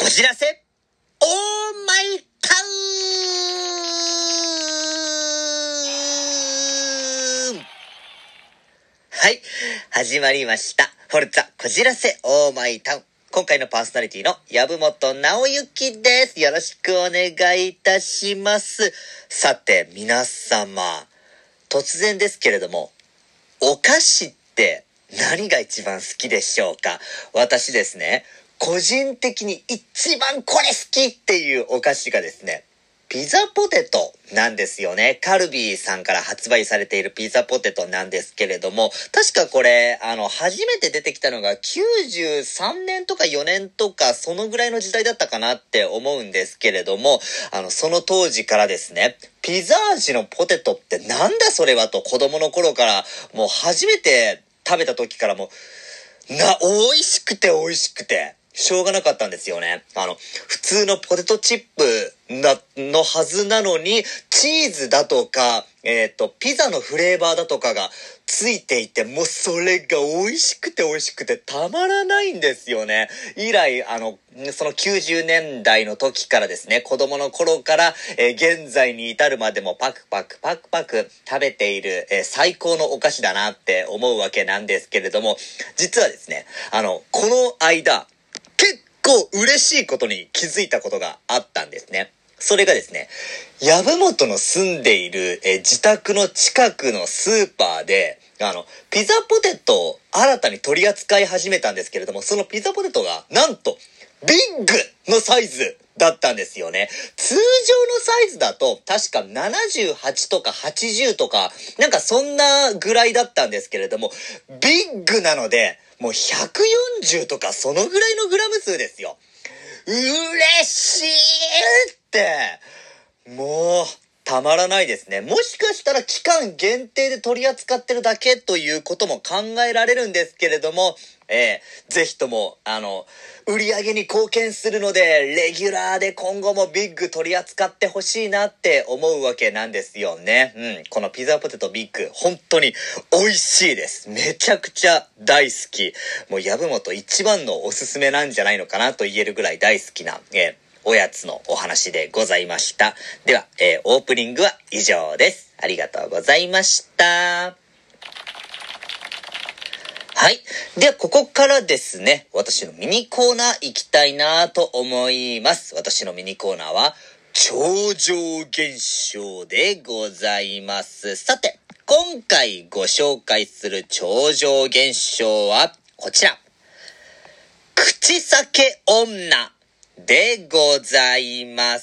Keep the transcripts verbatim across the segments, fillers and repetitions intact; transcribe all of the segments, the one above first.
じらせオーマイタウン。はい、始まりましたフォルツァこじらせオーマイタウン。今回のパーソナリティの籔本直之です。よろしくお願いいたします。さて皆様、突然ですけれども、お菓子って何が一番好きでしょうか？私ですね、個人的に一番これ好きっていうお菓子がですね、ピザポテトなんですよね。カルビーさんから発売されているピザポテトなんですけれども、確かこれ、あの、初めて出てきたのがきゅうじゅうさんねんとかよねんとか、そのぐらいの時代だったかなって思うんですけれども、あの、その当時からですね、ピザ味のポテトってなんだそれはと子供の頃から、もう初めて食べた時からもう、な、美味しくて美味しくて、しょうがなかったんですよね。あの、普通のポテトチップな、のはずなのに、チーズだとか、えっと、ピザのフレーバーだとかがついていて、もうそれが美味しくて美味しくてたまらないんですよね。以来、あの、そのきゅうじゅうねんだいの時からですね、子供の頃から、えー、現在に至るまでもパクパクパクパク食べている、えー、最高のお菓子だなって思うわけなんですけれども、実はですね、あの、この間、結構嬉しいことに気づいたことがあったんですね。それがですね、籔本の住んでいるえ自宅の近くのスーパーで、あの、ピザポテトを新たに取り扱い始めたんですけれども、そのピザポテトがなんとビッグのサイズだったんですよね。通常のサイズだと確かななじゅうはちとかはちじゅうとか、なんかそんなぐらいだったんですけれども、ビッグなので、もうひゃくよんじゅうとかそのぐらいのグラム数ですよ。嬉しいって、もうたまらないですね。もしかしたら期間限定で取り扱ってるだけということも考えられるんですけれども、えー、ぜひとも、あの、売り上げに貢献するので、レギュラーで今後もビッグ取り扱ってほしいなって思うわけなんですよね。うん。このピザポテトビッグ、本当に美味しいです。めちゃくちゃ大好き。もう、籔本一番のおすすめなんじゃないのかなと言えるぐらい大好きな、えー、おやつのお話でございました。では、えー、オープニングは以上です。ありがとうございました。はい。では、ここからですね、私のミニコーナー行きたいなと思います。私のミニコーナーは、超常現象でございます。さて、今回ご紹介する超常現象は、こちら。口裂け女でございます。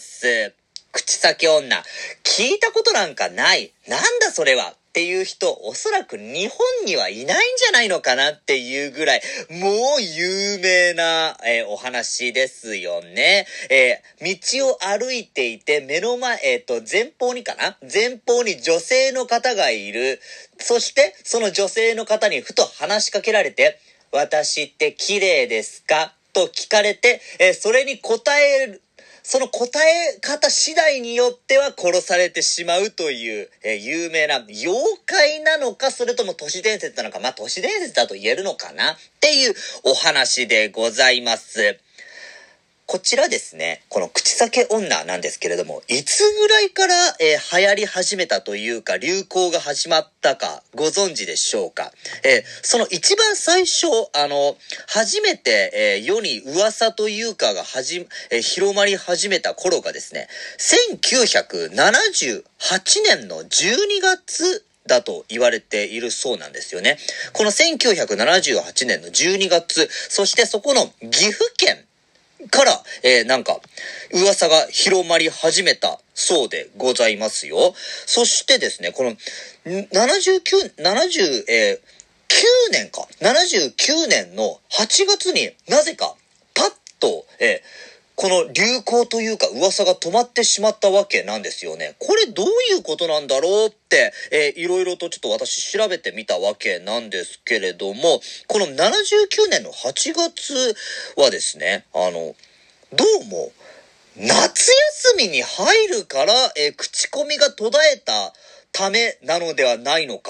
口裂け女。聞いたことなんかない。なんだそれは。っていう人、おそらく日本にはいないんじゃないのかなっていうぐらい、もう有名な、えー、お話ですよね。えー、道を歩いていて、目の前、えっと、前方にかな？前方に女性の方がいる。そして、その女性の方にふと話しかけられて、私って綺麗ですか？と聞かれて、えー、それに答える、その答え方次第によっては殺されてしまうという、えー、有名な妖怪なのか、それとも都市伝説なのか、まあ都市伝説だと言えるのかなっていうお話でございます。こちらですね、この口裂け女なんですけれども、いつぐらいから、えー、流行り始めたというか、流行が始まったか、ご存知でしょうか？えー、その一番最初、あの、初めて、えー、世に噂というかがはじ、えー、広まり始めた頃がですね、せんきゅうひゃくななじゅうはちねんのじゅうにがつ、だと言われているそうなんですよね。このせんきゅうひゃくななじゅうはちねんのじゅうにがつ、そしてそこの岐阜県、から、えー、なんか、噂が広まり始めたそうでございますよ。そしてですね、この、ななじゅうきゅう、ななじゅうきゅうねんか。ななじゅうきゅうねんのはちがつになぜか、パッと、えー、この流行というか噂が止まってしまったわけなんですよね。これどういうことなんだろうって、えー、いろいろとちょっと私調べてみたわけなんですけれども、このななじゅうきゅうねんのはちがつはですね、あの、どうも、夏休みに入るから、えー、口コミが途絶えたためなのではないのか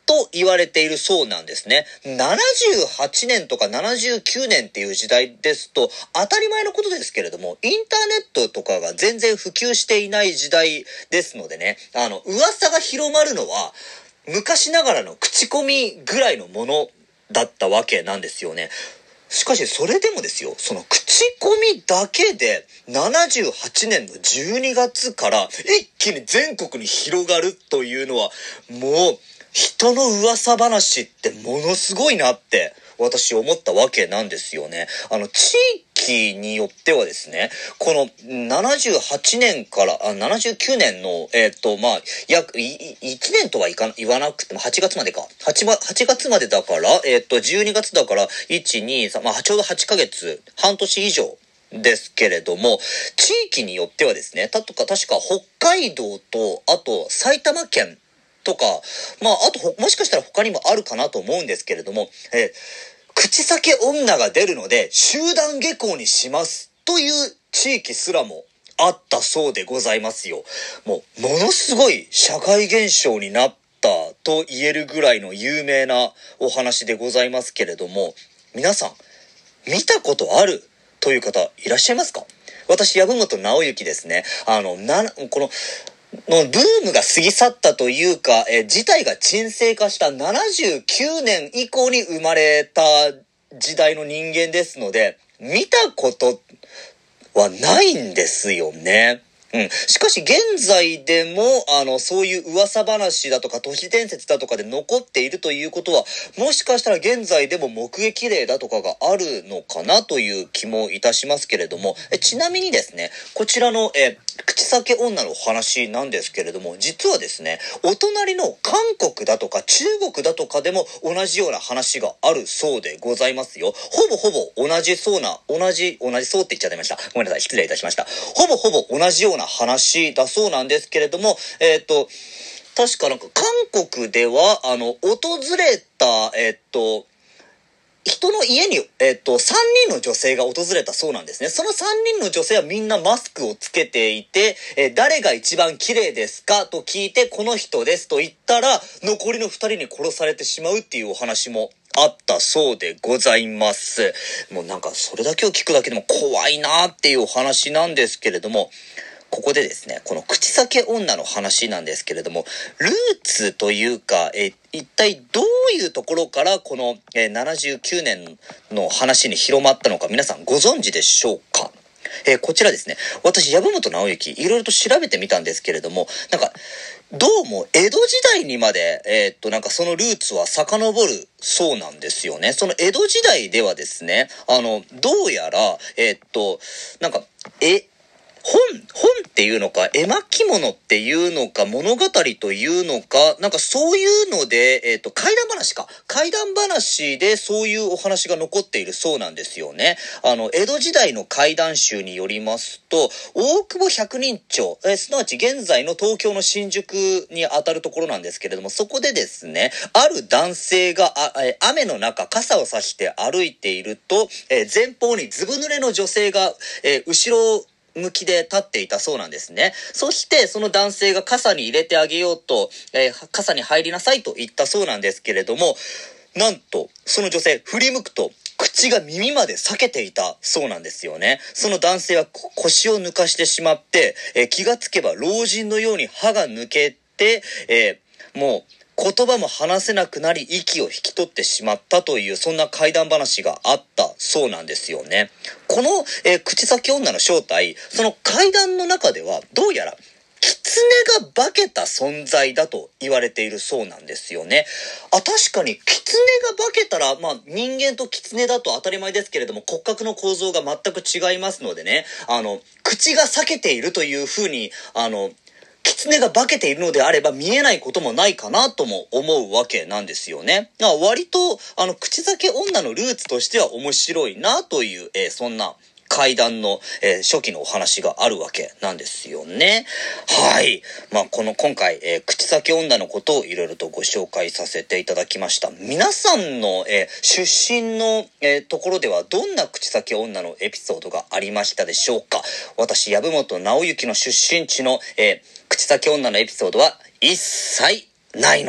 と言われているそうなんですね。ななじゅうはちねんとかななじゅうきゅうねんっていう時代ですと当たり前のことですけれども、インターネットとかが全然普及していない時代ですのでね、あの噂が広まるのは昔ながらの口コミぐらいのものだったわけなんですよね。しかしそれでもですよ、その口コミだけでななじゅうはちねんのじゅうにがつから一気に全国に広がるというのは、もう人の噂話ってものすごいなって私思ったわけなんですよね。あの地域によってはですね、このななじゅうはちねんからあななじゅうきゅうねんのえっ、ー、とまあ約いいちねんとはいか言わなくてもはちがつまでか 8, はちがつまでだからえっ、ー、とじゅうにがつだからいちにさん、まあちょうどはちかげつ、半年以上ですけれども、地域によってはですね、たとか確か北海道とあと埼玉県とか、まああともしかしたら他にもあるかなと思うんですけれども、えー口裂け女が出るので集団下校にしますという地域すらもあったそうでございますよ。もうものすごい社会現象になったと言えるぐらいの有名なお話でございますけれども、皆さん見たことあるという方いらっしゃいますか？私、籔本直之ですね。あのなこののブームが過ぎ去ったというか、え事態が沈静化したななじゅうきゅうねん以降に生まれた時代の人間ですので、見たことはないんですよね。うん、しかし現在でもあのそういう噂話だとか都市伝説だとかで残っているということは、もしかしたら現在でも目撃例だとかがあるのかなという気もいたしますけれども、えちなみにですね、こちらのえ口裂け女のお話なんですけれども、実はですね、お隣の韓国だとか中国だとかでも同じような話があるそうでございますよ。ほぼほぼ同じそうな同じ同じそうって言っちゃいました。ごめんなさい、失礼いたしました。ほぼほぼ同じような話だそうなんですけれども、えっと確かなんか韓国ではあの訪れたえっと人の家に、えっと、さんにんの女性が訪れたそうなんですね。そのさんにんの女性はみんなマスクをつけていて、えー、誰が一番綺麗ですかと聞いて、この人ですと言ったら、残りのふたりに殺されてしまうっていうお話もあったそうでございます。もうなんかそれだけを聞くだけでも怖いなっていうお話なんですけれども、ここでですね、この口裂け女の話なんですけれども、ルーツというか、え一体どういうところからこの、えななじゅうきゅうねんの話に広まったのか皆さんご存知でしょうか？えー、こちらですね、私籔本直之いろいろと調べてみたんですけれども、なんかどうも江戸時代にまでえー、っとなんかそのルーツは遡るそうなんですよね。その江戸時代ではですね、あのどうやらえー、っとなんかえ本、本っていうのか、絵巻物っていうのか、物語というのか、なんかそういうので、えっと、怪談話か。怪談話でそういうお話が残っているそうなんですよね。あの、江戸時代の怪談集によりますと、大久保百人町、えすなわち現在の東京の新宿にあたるところなんですけれども、そこでですね、ある男性が、あえ雨の中、傘を差して歩いていると、え前方にずぶ濡れの女性が、え後ろ向きで立っていたそうなんですね。そしてその男性が傘に入れてあげようと、えー、傘に入りなさいと言ったそうなんですけれども、なんとその女性振り向くと口が耳まで裂けていたそうなんですよね。その男性は腰を抜かしてしまって、えー、気がつけば老人のように歯が抜けて、えー、もう言葉も話せなくなり息を引き取ってしまったという、そんな怪談話があったそうなんですよね。この、えー、口裂け女の正体、その怪談の中ではどうやら狐が化けた存在だと言われているそうなんですよね。あ、確かに狐が化けたら、まあ人間と狐だと当たり前ですけれども、骨格の構造が全く違いますのでね、あの口が裂けているというふうにあの狐が化けているのであれば見えないこともないかなとも思うわけなんですよね。割とあの口裂け女のルーツとしては面白いなという、えー、そんな怪談の、えー、初期のお話があるわけなんですよね。はい。まあこの今回、えー、口裂け女のことをいろいろとご紹介させていただきました。皆さんの、えー、出身の、えー、ところではどんな口裂け女のエピソードがありましたでしょうか？私籔本直之の出身地の、えー、口裂け女のエピソードは一切ないので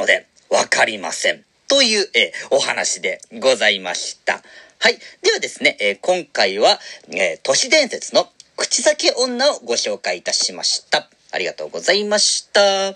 わかりません。という、えー、お話でございました。はい。ではですね、えー、今回は、えー、都市伝説の口裂け女をご紹介いたしました。ありがとうございました。はい。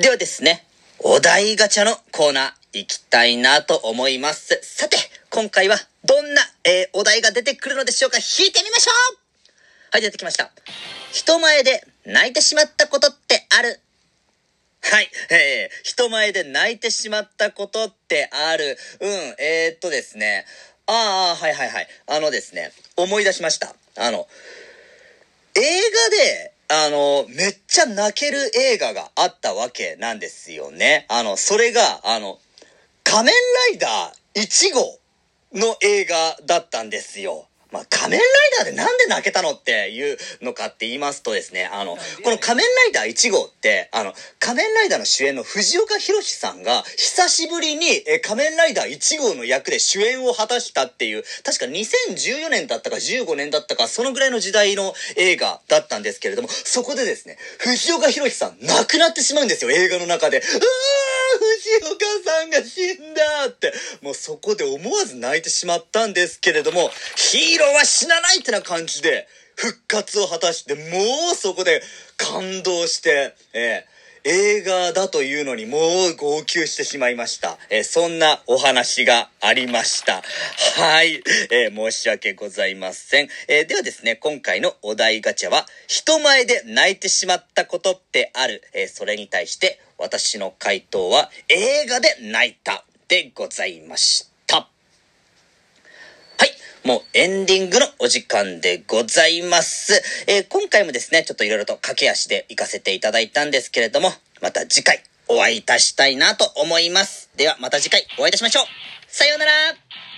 ではですね、お題ガチャのコーナー行きたいなと思います。さて、今回はどんな、えー、お題が出てくるのでしょうか。引いてみましょう。はい、出てきました。人前で泣いてしまったことってある？はい、えー、人前で泣いてしまったことってある。うん、えー、っとですね。ああ、はいはいはい。あのですね、思い出しました。あの、映画で、あの、めっちゃ泣ける映画があったわけなんですよね。あの、それが、あの、仮面ライダーいち号の映画だったんですよ。まあ、仮面ライダーでなんで泣けたのっていうのかって言いますとですね、あの、この仮面ライダーいち号って、あの、仮面ライダーの主演の藤岡弘さんが久しぶりにえ仮面ライダーいち号の役で主演を果たしたっていう、確かにせんじゅうよねんだったかじゅうごねんだったか、そのぐらいの時代の映画だったんですけれども、そこでですね、藤岡弘さん亡くなってしまうんですよ、映画の中で。うわー藤岡さんが死んだって、もうそこで思わず泣いてしまったんですけれども、ヒーローは死なないってな感じで復活を果たして、もうそこで感動して、えー、映画だというのにもう号泣してしまいました。えー、そんなお話がありました。はい、えー、申し訳ございません。えー、ではですね、今回のお題ガチャは、人前で泣いてしまったことってある。えー、それに対して私の回答は、映画で泣いたでございました。はい。もうエンディングのお時間でございます。えー、今回もですね、ちょっといろいろと駆け足で行かせていただいたんですけれども、また次回お会いいたしたいなと思います。ではまた次回お会いいたしましょう。さようなら。